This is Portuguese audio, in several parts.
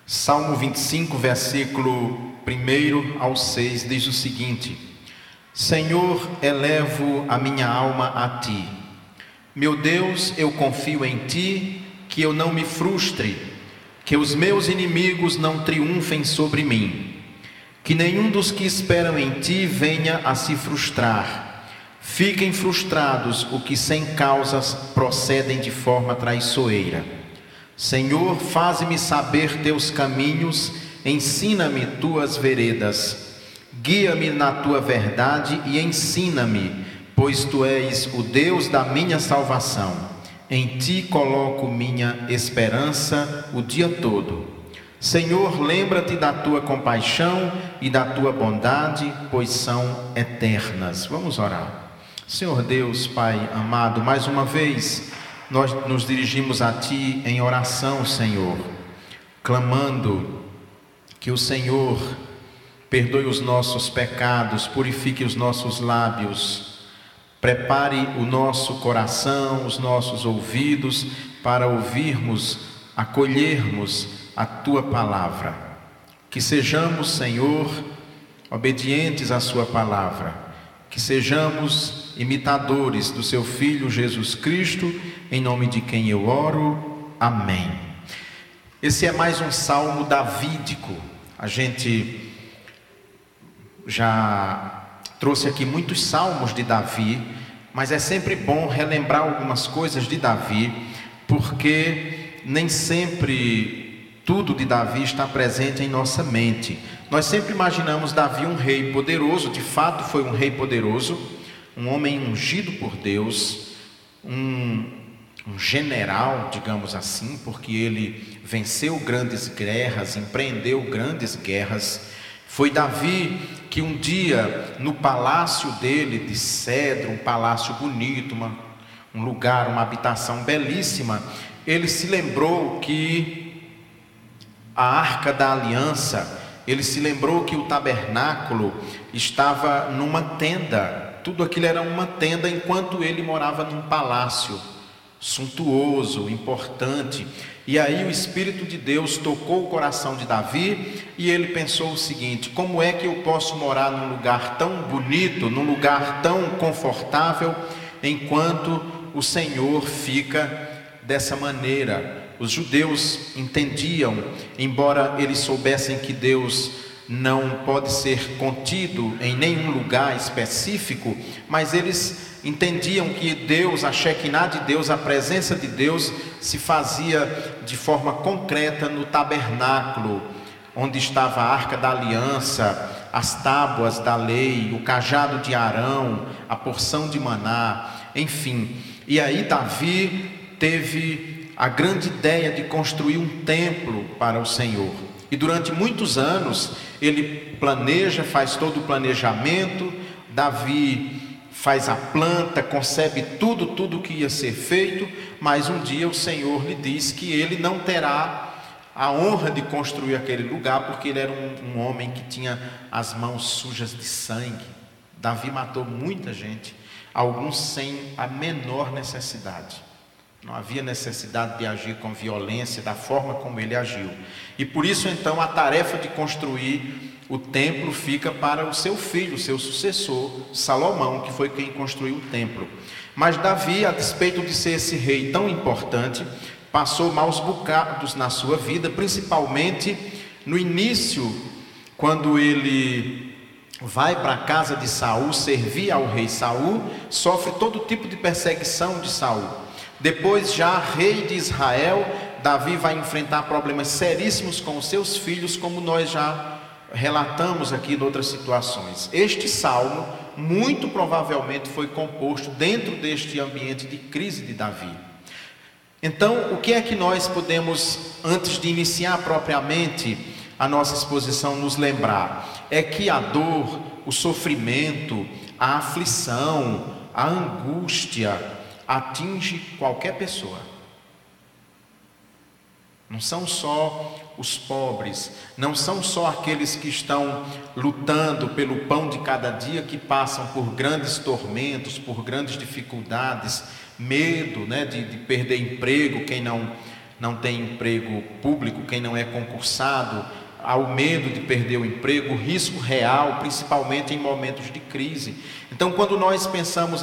Salmo 25, versículo 1 ao 6, diz o seguinte: Senhor, elevo a minha alma a Ti. Meu Deus, eu confio em Ti, que eu não me frustre, que os meus inimigos não triunfem sobre mim, que nenhum dos que esperam em Ti venha a se frustrar. Fiquem frustrados os que sem causas procedem de forma traiçoeira. Senhor, faze-me saber Teus caminhos, ensina-me Tuas veredas. Guia-me na Tua verdade e ensina-me, pois Tu és o Deus da minha salvação. Em Ti coloco minha esperança o dia todo. Senhor, lembra-te da Tua compaixão e da Tua bondade, pois são eternas. Vamos orar. Senhor Deus, Pai amado, mais uma vez nós nos dirigimos a Ti em oração, Senhor, clamando que o Senhor perdoe os nossos pecados, purifique os nossos lábios, prepare o nosso coração, os nossos ouvidos para ouvirmos, acolhermos a Tua palavra. Que sejamos, Senhor, obedientes à Sua palavra, que sejamos imitadores do Seu Filho Jesus Cristo, em nome de quem eu oro, amém. Esse é mais um salmo davídico. A gente já trouxe aqui muitos salmos de Davi, mas é sempre bom relembrar algumas coisas de Davi, porque nem sempre tudo de Davi está presente em nossa mente. Nós sempre imaginamos Davi um rei poderoso, de fato foi um rei poderoso, um homem ungido por Deus, um general, digamos assim, porque ele venceu grandes guerras, empreendeu grandes guerras. Foi Davi que um dia, no palácio dele de cedro, um palácio bonito, um lugar, uma habitação belíssima, ele se lembrou que a Arca da Aliança, ele se lembrou que o tabernáculo estava numa tenda, tudo aquilo era uma tenda, enquanto ele morava num palácio suntuoso, importante. E aí o Espírito de Deus tocou o coração de Davi e ele pensou o seguinte: como é que eu posso morar num lugar tão bonito, num lugar tão confortável, enquanto o Senhor fica dessa maneira? Os judeus entendiam, embora eles soubessem que Deus não pode ser contido em nenhum lugar específico, mas eles entendiam que Deus, a Shekinah de Deus, a presença de Deus se fazia de forma concreta no tabernáculo, onde estava a Arca da Aliança, as tábuas da lei, o cajado de Arão, a porção de maná, enfim. E aí Davi teve a grande ideia de construir um templo para o Senhor. E durante muitos anos ele planeja, faz todo o planejamento. Davi faz a planta, concebe tudo que ia ser feito, mas um dia o Senhor lhe diz que ele não terá a honra de construir aquele lugar, porque ele era um homem que tinha as mãos sujas de sangue. Davi matou muita gente, alguns sem a menor necessidade. Não havia necessidade de agir com violência da forma como ele agiu. E por isso então a tarefa de construir o templo fica para o seu filho, seu sucessor, Salomão, que foi quem construiu o templo. Mas Davi, a despeito de ser esse rei tão importante, passou maus bocados na sua vida, principalmente no início, quando ele vai para a casa de Saul, servir ao rei Saul, sofre todo tipo de perseguição de Saul. Depois, já rei de Israel, Davi vai enfrentar problemas seríssimos com os seus filhos, como nós já relatamos aqui em outras situações. Este salmo, muito provavelmente, foi composto dentro deste ambiente de crise de Davi. Então, o que é que nós podemos, antes de iniciar propriamente a nossa exposição, nos lembrar? É que a dor, o sofrimento, a aflição, a angústia atinge qualquer pessoa. Não são só os pobres, não são só aqueles que estão lutando pelo pão de cada dia, que passam por grandes tormentos, por grandes dificuldades, medo, de perder emprego, quem não não tem emprego público, quem não é concursado, ao medo de perder o emprego, risco real, principalmente em momentos de crise. Então, quando nós pensamos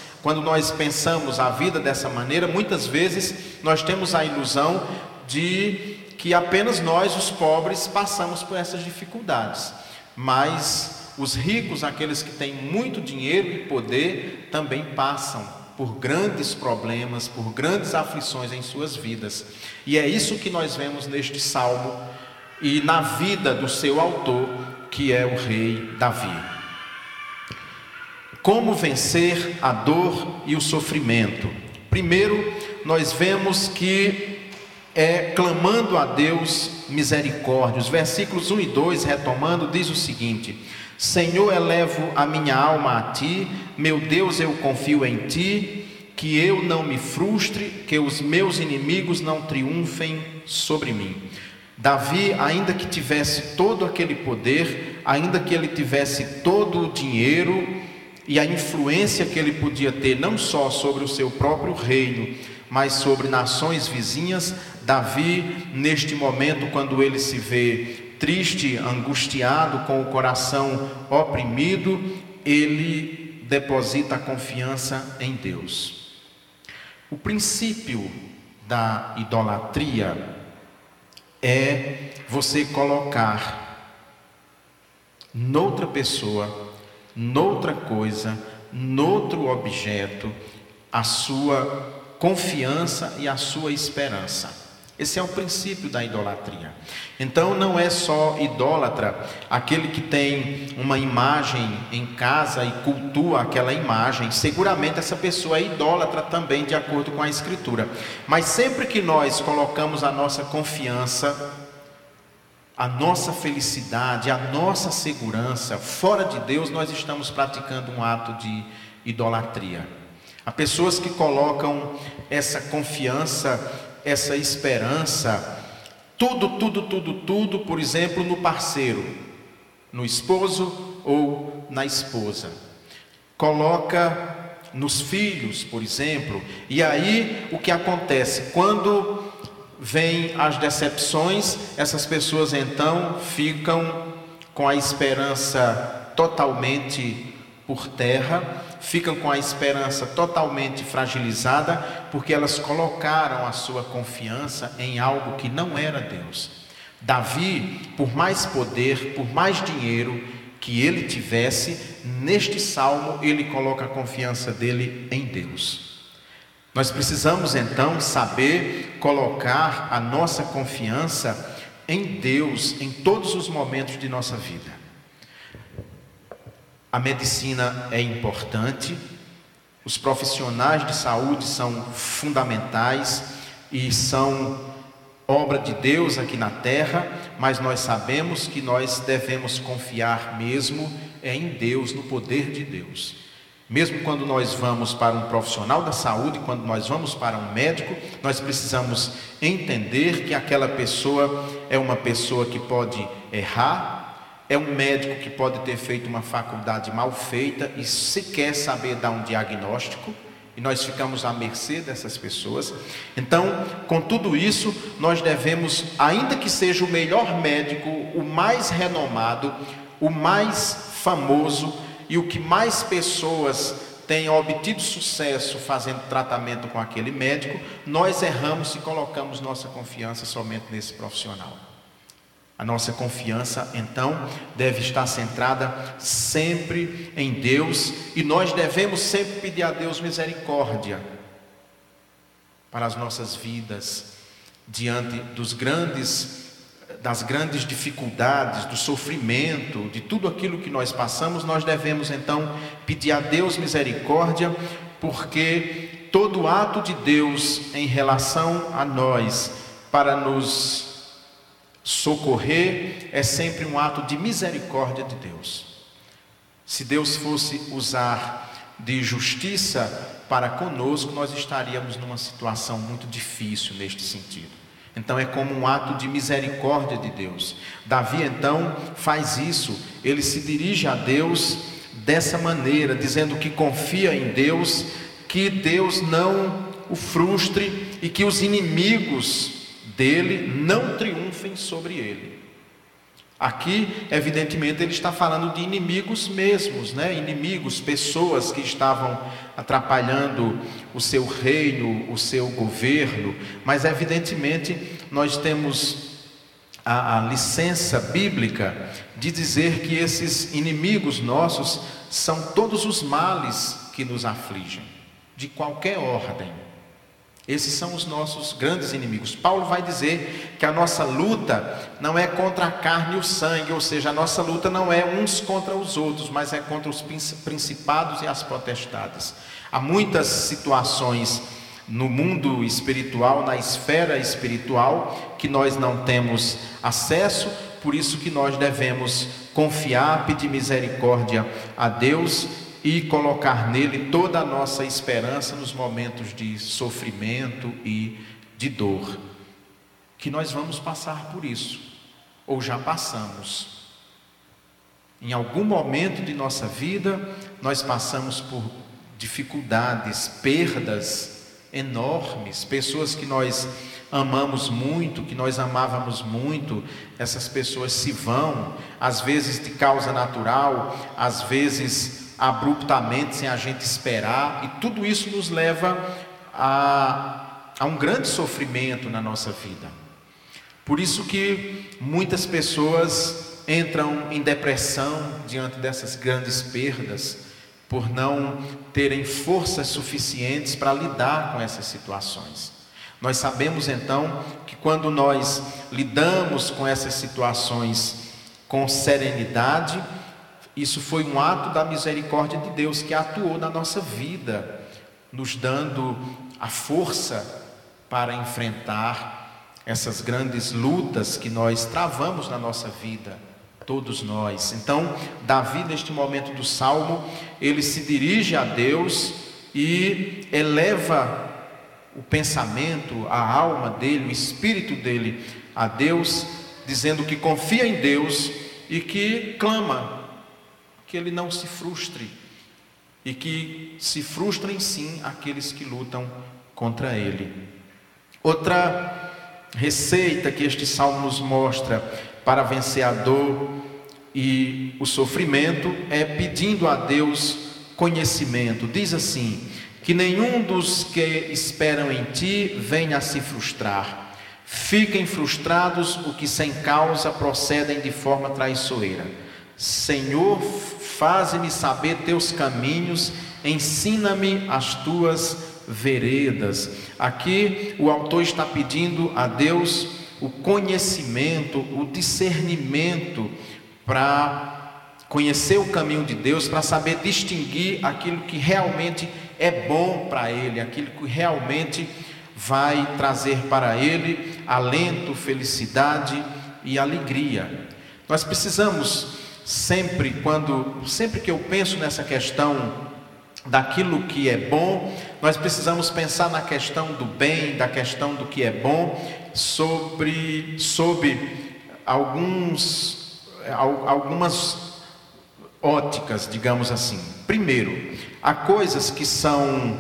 a vida dessa maneira, muitas vezes nós temos a ilusão de que apenas nós, os pobres, passamos por essas dificuldades. Mas os ricos, aqueles que têm muito dinheiro e poder, também passam por grandes problemas, por grandes aflições em suas vidas. E é isso que nós vemos neste salmo e na vida do seu autor, que é o rei Davi. Como vencer a dor e o sofrimento? Primeiro, nós vemos que é clamando a Deus misericórdia. Os versículos 1 e 2, retomando, diz o seguinte: Senhor, elevo a minha alma a Ti, meu Deus, eu confio em Ti, que eu não me frustre, que os meus inimigos não triunfem sobre mim. Davi, ainda que tivesse todo aquele poder, ainda que ele tivesse todo o dinheiro e a influência que ele podia ter, não só sobre o seu próprio reino, mas sobre nações vizinhas, Davi, neste momento, quando ele se vê triste, angustiado, com o coração oprimido, ele deposita a confiança em Deus. O princípio da idolatria é você colocar noutra pessoa, noutra coisa, noutro objeto, a sua confiança e a sua esperança. Esse é o princípio da idolatria. Então não é só idólatra aquele que tem uma imagem em casa e cultua aquela imagem. Seguramente essa pessoa é idólatra também, de acordo com a Escritura. Mas sempre que nós colocamos a nossa confiança, a nossa felicidade, a nossa segurança fora de Deus, nós estamos praticando um ato de idolatria. Há pessoas que colocam essa confiança, essa esperança, tudo, por exemplo, no parceiro, no esposo ou na esposa. Coloca nos filhos, por exemplo, e aí o que acontece? Quando vêm as decepções, essas pessoas então ficam com a esperança totalmente por terra, ficam com a esperança totalmente fragilizada, porque elas colocaram a sua confiança em algo que não era Deus. Davi, por mais poder, por mais dinheiro que ele tivesse, neste salmo ele coloca a confiança dele em Deus. Nós precisamos então saber colocar a nossa confiança em Deus em todos os momentos de nossa vida. A medicina é importante, os profissionais de saúde são fundamentais e são obra de Deus aqui na terra, mas nós sabemos que nós devemos confiar mesmo em Deus, no poder de Deus. Mesmo quando nós vamos para um profissional da saúde, quando nós vamos para um médico, nós precisamos entender que aquela pessoa é uma pessoa que pode errar, é um médico que pode ter feito uma faculdade mal feita e sequer saber dar um diagnóstico, e nós ficamos à mercê dessas pessoas. Então, com tudo isso, nós devemos, ainda que seja o melhor médico, o mais renomado, o mais famoso e o que mais pessoas tenham obtido sucesso fazendo tratamento com aquele médico, nós erramos se colocamos nossa confiança somente nesse profissional. A nossa confiança, então, deve estar centrada sempre em Deus, e nós devemos sempre pedir a Deus misericórdia para as nossas vidas, diante das grandes dificuldades, do sofrimento, de tudo aquilo que nós passamos. Nós devemos, então, pedir a Deus misericórdia, porque todo ato de Deus em relação a nós, para nos socorrer, é sempre um ato de misericórdia de Deus. Se Deus fosse usar de justiça para conosco, nós estaríamos numa situação muito difícil neste sentido. Então é como um ato de misericórdia de Deus. Davi então faz isso, ele se dirige a Deus dessa maneira, dizendo que confia em Deus, que Deus não o frustre e que os inimigos dele não triunfem sobre ele. Aqui, evidentemente, ele está falando de inimigos mesmos, né? Inimigos, pessoas que estavam atrapalhando o seu reino, o seu governo, mas evidentemente nós temos a licença bíblica de dizer que esses inimigos nossos são todos os males que nos afligem, de qualquer ordem. Esses são os nossos grandes inimigos. Paulo vai dizer que a nossa luta não é contra a carne e o sangue, ou seja, a nossa luta não é uns contra os outros, mas é contra os principados e as potestades. Há muitas situações no mundo espiritual, na esfera espiritual, que nós não temos acesso, por isso que nós devemos confiar, pedir misericórdia a Deus e colocar nele toda a nossa esperança nos momentos de sofrimento e de dor, que nós vamos passar por isso, ou já passamos. Em algum momento de nossa vida, nós passamos por dificuldades, perdas enormes, pessoas que nós amamos muito, que nós amávamos muito, essas pessoas se vão, às vezes de causa natural, às vezes abruptamente, sem a gente esperar, e tudo isso nos leva a um grande sofrimento na nossa vida. Por isso que muitas pessoas entram em depressão diante dessas grandes perdas, por não terem forças suficientes para lidar com essas situações. Nós sabemos então que quando nós lidamos com essas situações com serenidade, isso foi um ato da misericórdia de Deus que atuou na nossa vida, nos dando a força para enfrentar essas grandes lutas que nós travamos na nossa vida, todos nós. Então, Davi, neste momento do Salmo, ele se dirige a Deus e eleva o pensamento, a alma dele, o espírito dele a Deus, dizendo que confia em Deus e que clama que ele não se frustre, e que se frustrem sim aqueles que lutam contra ele. Outra receita que este salmo nos mostra para vencer a dor e o sofrimento é pedindo a Deus conhecimento. Diz assim: que nenhum dos que esperam em ti venha a se frustrar. Fiquem frustrados os que sem causa procedem de forma traiçoeira. Senhor, faze-me saber teus caminhos, ensina-me as tuas veredas. Aqui o autor está pedindo a Deus o conhecimento, o discernimento para conhecer o caminho de Deus, para saber distinguir aquilo que realmente é bom para ele, aquilo que realmente vai trazer para ele alento, felicidade e alegria. Nós precisamos sempre que eu penso nessa questão daquilo que é bom, nós precisamos pensar na questão do bem, da questão do que é bom, sob algumas óticas, digamos assim. Primeiro, há coisas que são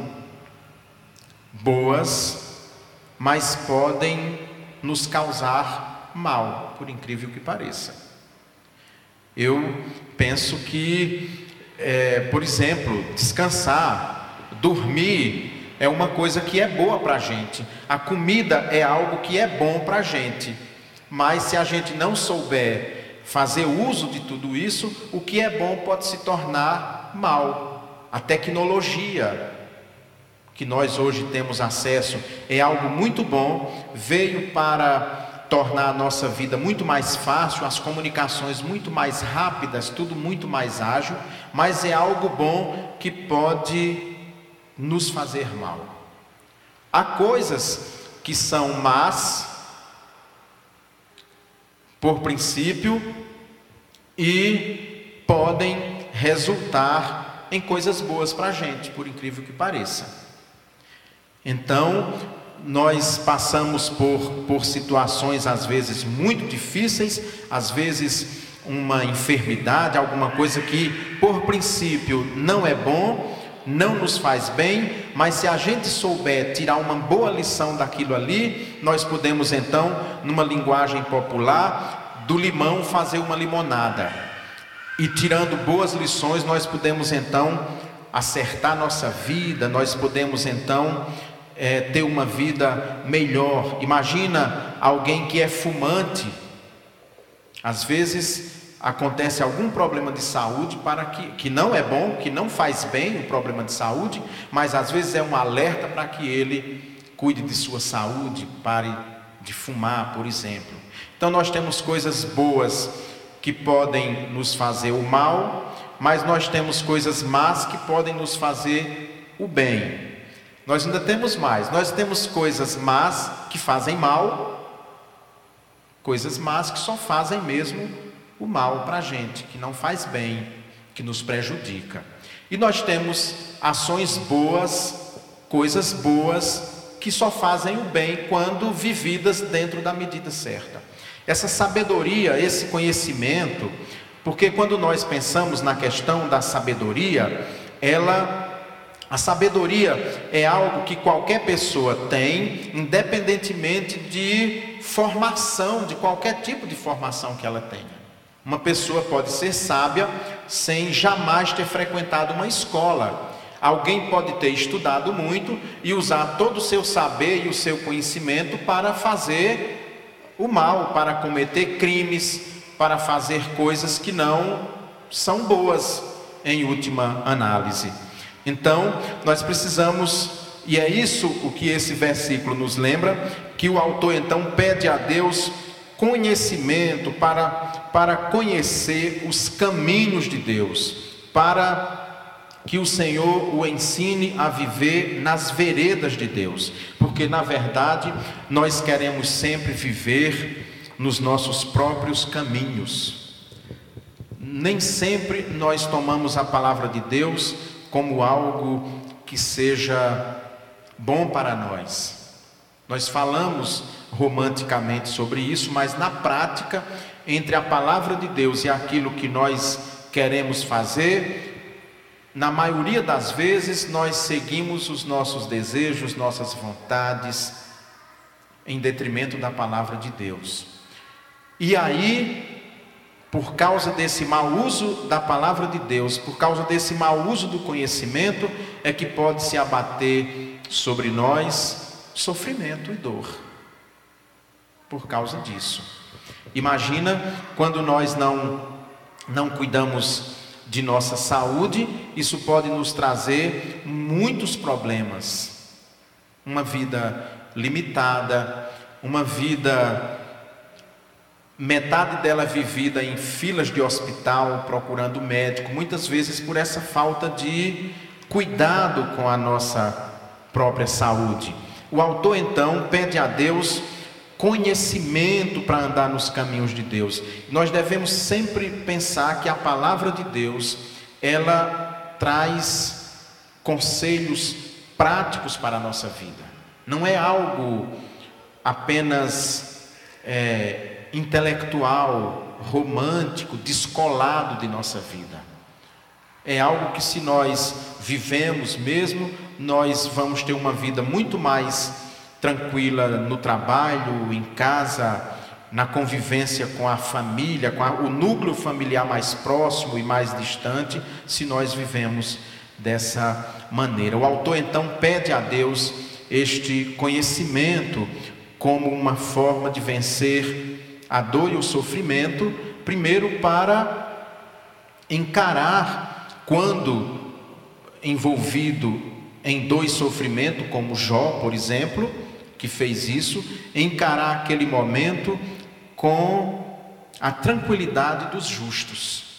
boas, mas podem nos causar mal, por incrível que pareça. Eu penso que, por exemplo, descansar, dormir é uma coisa que é boa para a gente. A comida é algo que é bom para a gente, mas se a gente não souber fazer uso de tudo isso, o que é bom pode se tornar mal. A tecnologia que nós hoje temos acesso é algo muito bom, veio para tornar a nossa vida muito mais fácil, as comunicações muito mais rápidas, tudo muito mais ágil, mas é algo bom que pode nos fazer mal. Há coisas que são más por princípio e podem resultar em coisas boas para a gente, por incrível que pareça. Então, nós passamos por situações às vezes muito difíceis, às vezes uma enfermidade, alguma coisa que por princípio não é bom, não nos faz bem, mas se a gente souber tirar uma boa lição daquilo ali, nós podemos então, numa linguagem popular, do limão fazer uma limonada. E tirando boas lições, nós podemos então acertar nossa vida, nós podemos então ter uma vida melhor. Imagina alguém que é fumante, às vezes acontece algum problema de saúde que não é bom, que não faz bem o problema de saúde, mas às vezes é um alerta para que ele cuide de sua saúde, pare de fumar, por exemplo. Então nós temos coisas boas que podem nos fazer o mal, mas nós temos coisas más que podem nos fazer o bem. Nós ainda temos mais, nós temos coisas más que fazem mal, coisas más que só fazem mesmo o mal para a gente, que não faz bem, que nos prejudica. E nós temos ações boas, coisas boas, que só fazem o bem quando vividas dentro da medida certa. Essa sabedoria, esse conhecimento, porque quando nós pensamos na questão da sabedoria, a sabedoria é algo que qualquer pessoa tem, independentemente de formação, de qualquer tipo de formação que ela tenha. Uma pessoa pode ser sábia sem jamais ter frequentado uma escola. Alguém pode ter estudado muito e usar todo o seu saber e o seu conhecimento para fazer o mal, para cometer crimes, para fazer coisas que não são boas em última análise. Então, nós precisamos, e é isso o que esse versículo nos lembra, que o autor então pede a Deus conhecimento para conhecer os caminhos de Deus, para que o Senhor o ensine a viver nas veredas de Deus, porque na verdade nós queremos sempre viver nos nossos próprios caminhos. Nem sempre nós tomamos a palavra de Deus como algo que seja bom para nós. Nós falamos romanticamente sobre isso, mas na prática, entre a palavra de Deus e aquilo que nós queremos fazer, na maioria das vezes nós seguimos os nossos desejos, nossas vontades, em detrimento da palavra de Deus. E aí, por causa desse mau uso da palavra de Deus, por causa desse mau uso do conhecimento, é que pode se abater sobre nós sofrimento e dor. Por causa disso. Imagina quando nós não cuidamos de nossa saúde, isso pode nos trazer muitos problemas. Uma vida limitada, uma vida, metade dela vivida em filas de hospital, procurando médico, muitas vezes por essa falta de cuidado com a nossa própria saúde. O autor então pede a Deus conhecimento para andar nos caminhos de Deus. Nós devemos sempre pensar que a palavra de Deus, ela traz conselhos práticos para a nossa vida. Não é algo apenas intelectual, romântico, descolado de nossa vida. É algo que, se nós vivemos mesmo, nós vamos ter uma vida muito mais tranquila no trabalho, em casa, na convivência com a família, com o núcleo familiar mais próximo e mais distante, se nós vivemos dessa maneira. O autor então pede a Deus este conhecimento como uma forma de vencer a dor e o sofrimento, primeiro para encarar, quando envolvido em dor e sofrimento, como Jó, por exemplo, que fez isso, encarar aquele momento com a tranquilidade dos justos.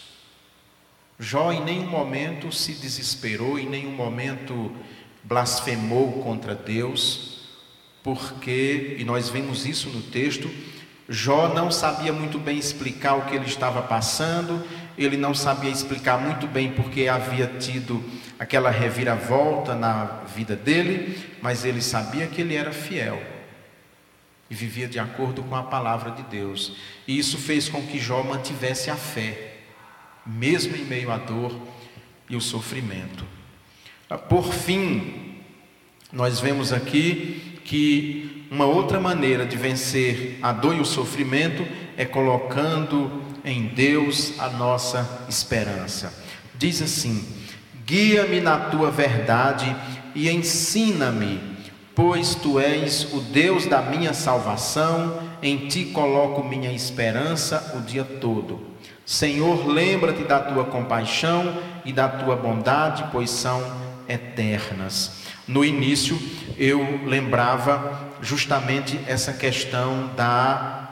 Jó em nenhum momento se desesperou, em nenhum momento blasfemou contra Deus, porque, e nós vemos isso no texto, Jó não sabia muito bem explicar o que ele estava passando, ele não sabia explicar muito bem porque havia tido aquela reviravolta na vida dele, mas ele sabia que ele era fiel e vivia de acordo com a palavra de Deus, e isso fez com que Jó mantivesse a fé, mesmo em meio à dor e o sofrimento. Por fim, nós vemos aqui que uma outra maneira de vencer a dor e o sofrimento é colocando em Deus a nossa esperança. Diz assim: guia-me na tua verdade e ensina-me, pois tu és o Deus da minha salvação, em ti coloco minha esperança o dia todo. Senhor, lembra-te da tua compaixão e da tua bondade, pois são eternas. No início eu lembrava justamente essa questão da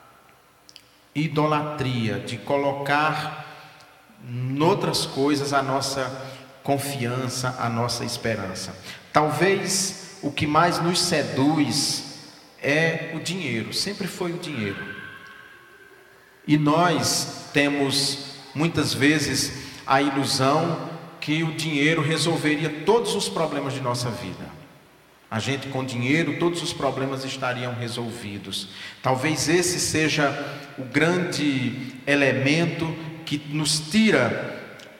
idolatria, de colocar noutras coisas a nossa confiança, a nossa esperança. Talvez o que mais nos seduz é o dinheiro, sempre foi o dinheiro. E nós temos muitas vezes a ilusão que o dinheiro resolveria todos os problemas de nossa vida. A gente com dinheiro, todos os problemas estariam resolvidos. Talvez esse seja o grande elemento que nos tira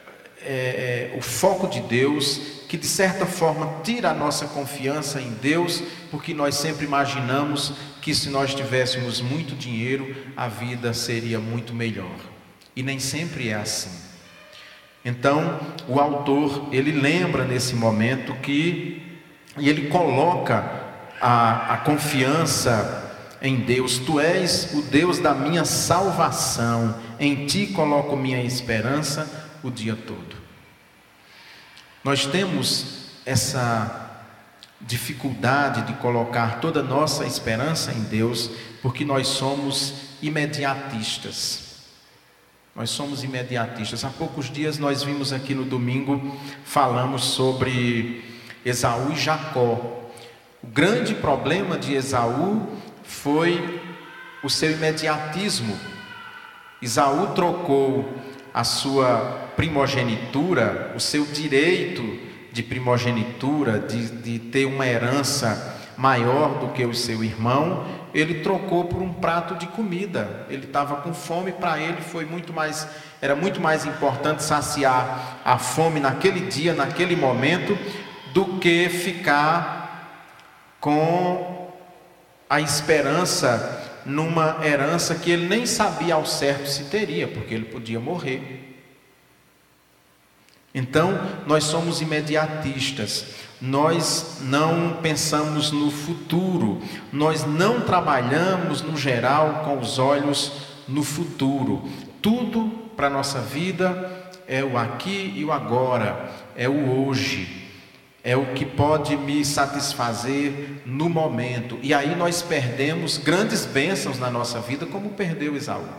o foco de Deus, que de certa forma tira a nossa confiança em Deus, porque nós sempre imaginamos que se nós tivéssemos muito dinheiro, a vida seria muito melhor. E nem sempre é assim. Então, o autor, ele lembra nesse momento e ele coloca a confiança em Deus. Tu és o Deus da minha salvação, em ti coloco minha esperança o dia todo. Nós temos essa dificuldade de colocar toda a nossa esperança em Deus, porque nós somos imediatistas. Nós somos imediatistas. Há poucos dias nós vimos aqui no domingo, falamos sobre Esaú e Jacó. O grande problema de Esaú foi o seu imediatismo. Esaú trocou a sua primogenitura, o seu direito de primogenitura, de ter uma herança maior do que o seu irmão, ele trocou por um prato de comida. Ele estava com fome, para ele era muito mais importante saciar a fome naquele dia, naquele momento, do que ficar com a esperança numa herança que ele nem sabia ao certo se teria, porque ele podia morrer. Então, nós somos imediatistas, nós não pensamos no futuro, nós não trabalhamos no geral com os olhos no futuro. Tudo para a nossa vida é o aqui e o agora, é o hoje, é o que pode me satisfazer no momento. E aí nós perdemos grandes bênçãos na nossa vida, como perdeu Esaú.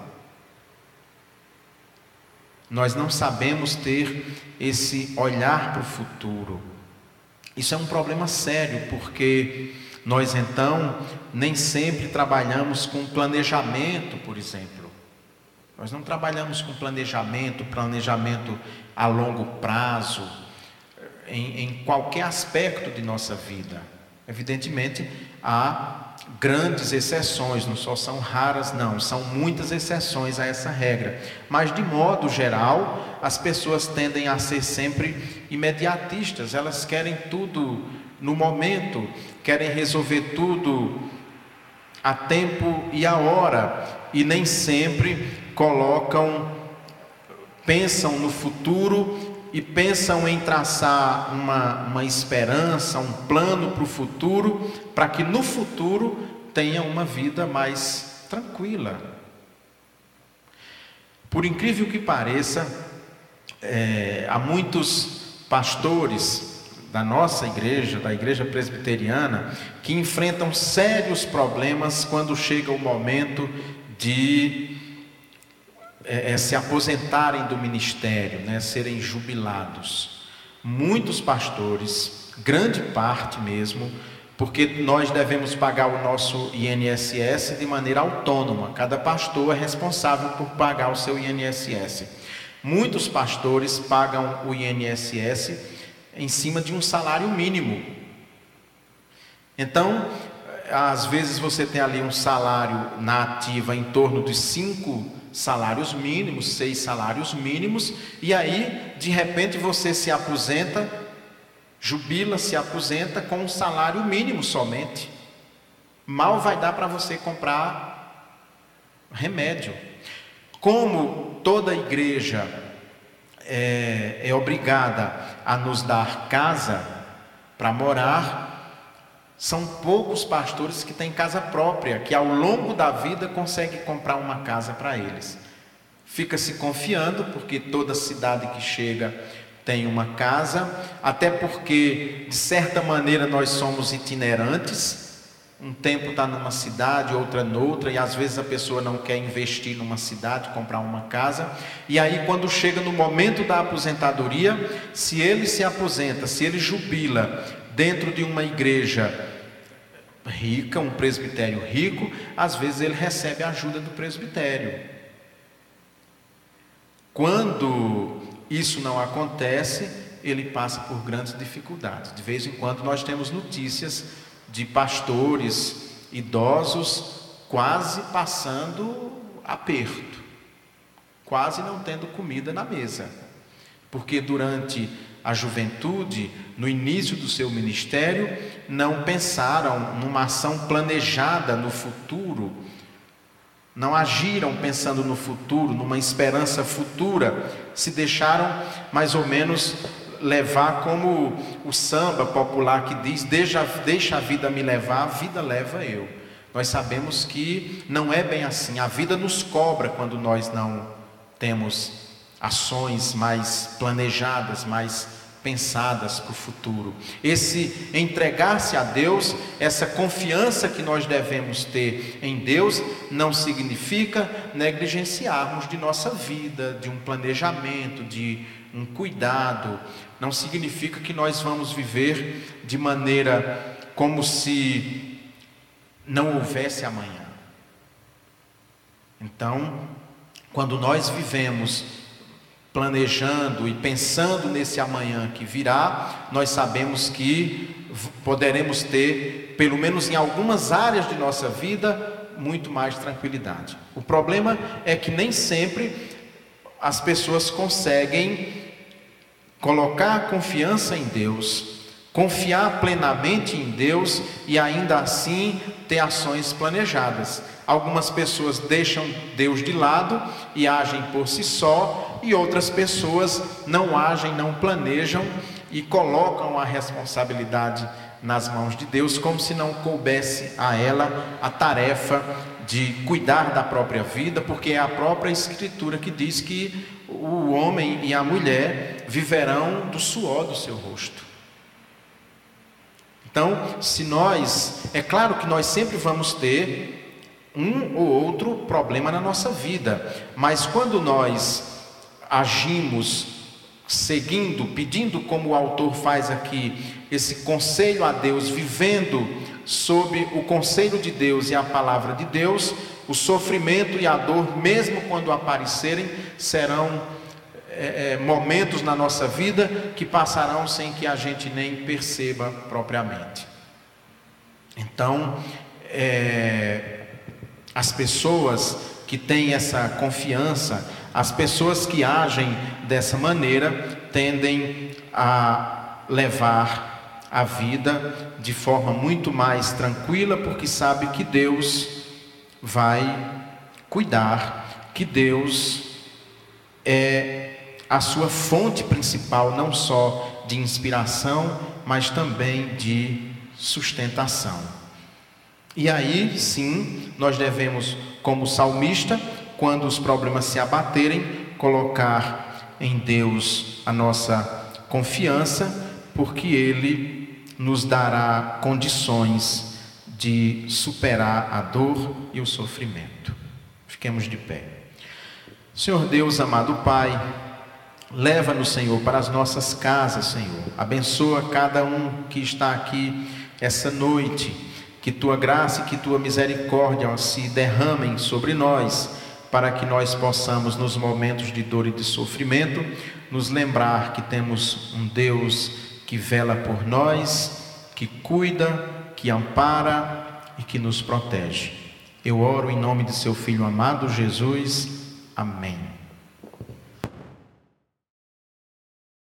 Nós não sabemos ter esse olhar para o futuro. Isso é um problema sério, porque nós então nem sempre trabalhamos com planejamento, por exemplo. Nós não trabalhamos com planejamento a longo prazo, em qualquer aspecto de nossa vida. Evidentemente, há grandes exceções, não só são raras, não, são muitas exceções a essa regra. Mas, de modo geral, as pessoas tendem a ser sempre imediatistas. Elas querem tudo no momento, querem resolver tudo a tempo e a hora, e nem sempre pensam no futuro e pensam em traçar uma esperança, um plano para o futuro, para que no futuro tenham uma vida mais tranquila. Por incrível que pareça, há muitos pastores da nossa igreja, da igreja presbiteriana, que enfrentam sérios problemas quando chega o momento de se aposentarem do ministério, serem jubilados. Muitos pastores, grande parte mesmo, porque nós devemos pagar o nosso INSS de maneira autônoma. Cada pastor é responsável por pagar o seu INSS. Muitos pastores pagam o INSS em cima de um salário mínimo. Então, às vezes você tem ali um salário na ativa em torno de 5 salários mínimos, 6 salários mínimos, e aí, de repente, você se aposenta Jubila, se aposenta com um salário mínimo somente. Mal vai dar para você comprar remédio. Como toda igreja é obrigada a nos dar casa para morar, são poucos pastores que têm casa própria, que ao longo da vida conseguem comprar uma casa para eles. Fica-se confiando, porque toda cidade que chega tem uma casa, até porque, de certa maneira, nós somos itinerantes. Um tempo está numa cidade, outra noutra, e às vezes a pessoa não quer investir numa cidade, comprar uma casa. E aí, quando chega no momento da aposentadoria, se ele se aposenta, se ele jubila dentro de uma igreja rica, um presbitério rico, às vezes ele recebe a ajuda do presbitério. Quando isso não acontece, ele passa por grandes dificuldades. De vez em quando nós temos notícias de pastores idosos quase passando aperto, quase não tendo comida na mesa, porque durante a juventude, no início do seu ministério, não pensaram numa ação planejada no futuro, não agiram pensando no futuro, numa esperança futura, se deixaram mais ou menos levar como o samba popular que diz: deixa a vida me levar, a vida leva eu. Nós sabemos que não é bem assim. A vida nos cobra quando nós não temos ações mais planejadas, mais pensadas para o futuro. Esse entregar-se a Deus, essa confiança que nós devemos ter em Deus, não significa negligenciarmos de nossa vida, de um planejamento, de um cuidado. Não significa que nós vamos viver de maneira como se não houvesse amanhã. Então, quando nós vivemos planejando e pensando nesse amanhã que virá, nós sabemos que poderemos ter, pelo menos em algumas áreas de nossa vida, muito mais tranquilidade. O problema é que nem sempre as pessoas conseguem colocar a confiança em Deus, confiar plenamente em Deus e ainda assim ter ações planejadas. Algumas pessoas deixam Deus de lado e agem por si só, e outras pessoas não agem, não planejam e colocam a responsabilidade nas mãos de Deus, como se não coubesse a ela a tarefa de cuidar da própria vida, porque é a própria Escritura que diz que o homem e a mulher viverão do suor do seu rosto. Então, é claro que nós sempre vamos ter um ou outro problema na nossa vida, mas quando nós agimos seguindo, pedindo, como o autor faz aqui, esse conselho a Deus, vivendo sob o conselho de Deus e a palavra de Deus, o sofrimento e a dor, mesmo quando aparecerem, serão momentos na nossa vida que passarão sem que a gente nem perceba propriamente. Então, as pessoas que têm essa confiança, as pessoas que agem dessa maneira, tendem a levar a vida de forma muito mais tranquila, porque sabe que Deus vai cuidar, que Deus é a sua fonte principal, não só de inspiração, mas também de sustentação. E aí sim, nós devemos, como salmista, quando os problemas se abaterem, colocar em Deus a nossa confiança, porque Ele nos dará condições de superar a dor e o sofrimento. Fiquemos de pé. Senhor Deus, amado Pai, leva-nos, Senhor, para as nossas casas, Senhor. Abençoa cada um que está aqui essa noite. Que Tua graça e que Tua misericórdia se derramem sobre nós, para que nós possamos, nos momentos de dor e de sofrimento, nos lembrar que temos um Deus que vela por nós, que cuida, que ampara e que nos protege. Eu oro em nome de Seu Filho amado Jesus. Amém.